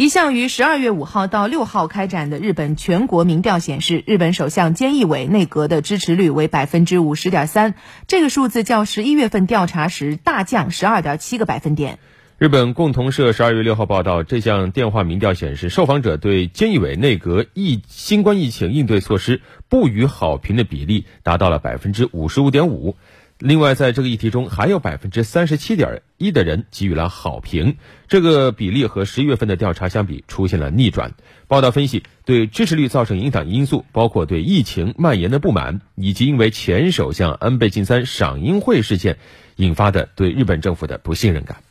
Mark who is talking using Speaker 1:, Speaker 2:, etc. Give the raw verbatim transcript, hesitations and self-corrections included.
Speaker 1: 一项于十二月五号到六号开展的日本全国民调显示，日本首相菅义伟内阁的支持率为 百分之五十点三， 这个数字较十一月份调查时大降 十二点七个百分点。
Speaker 2: 日本共同社十二月六号报道，这项电话民调显示，受访者对菅义伟内阁疫新冠疫情应对措施不予好评的比例达到了 百分之五十五点五。另外，在这个议题中，还有 百分之三十七点一 的人给予了好评，这个比例和十一月份的调查相比出现了逆转。报道分析，对支持率造成影响因素包括对疫情蔓延的不满，以及因为前首相安倍晋三赏樱会事件引发的对日本政府的不信任感。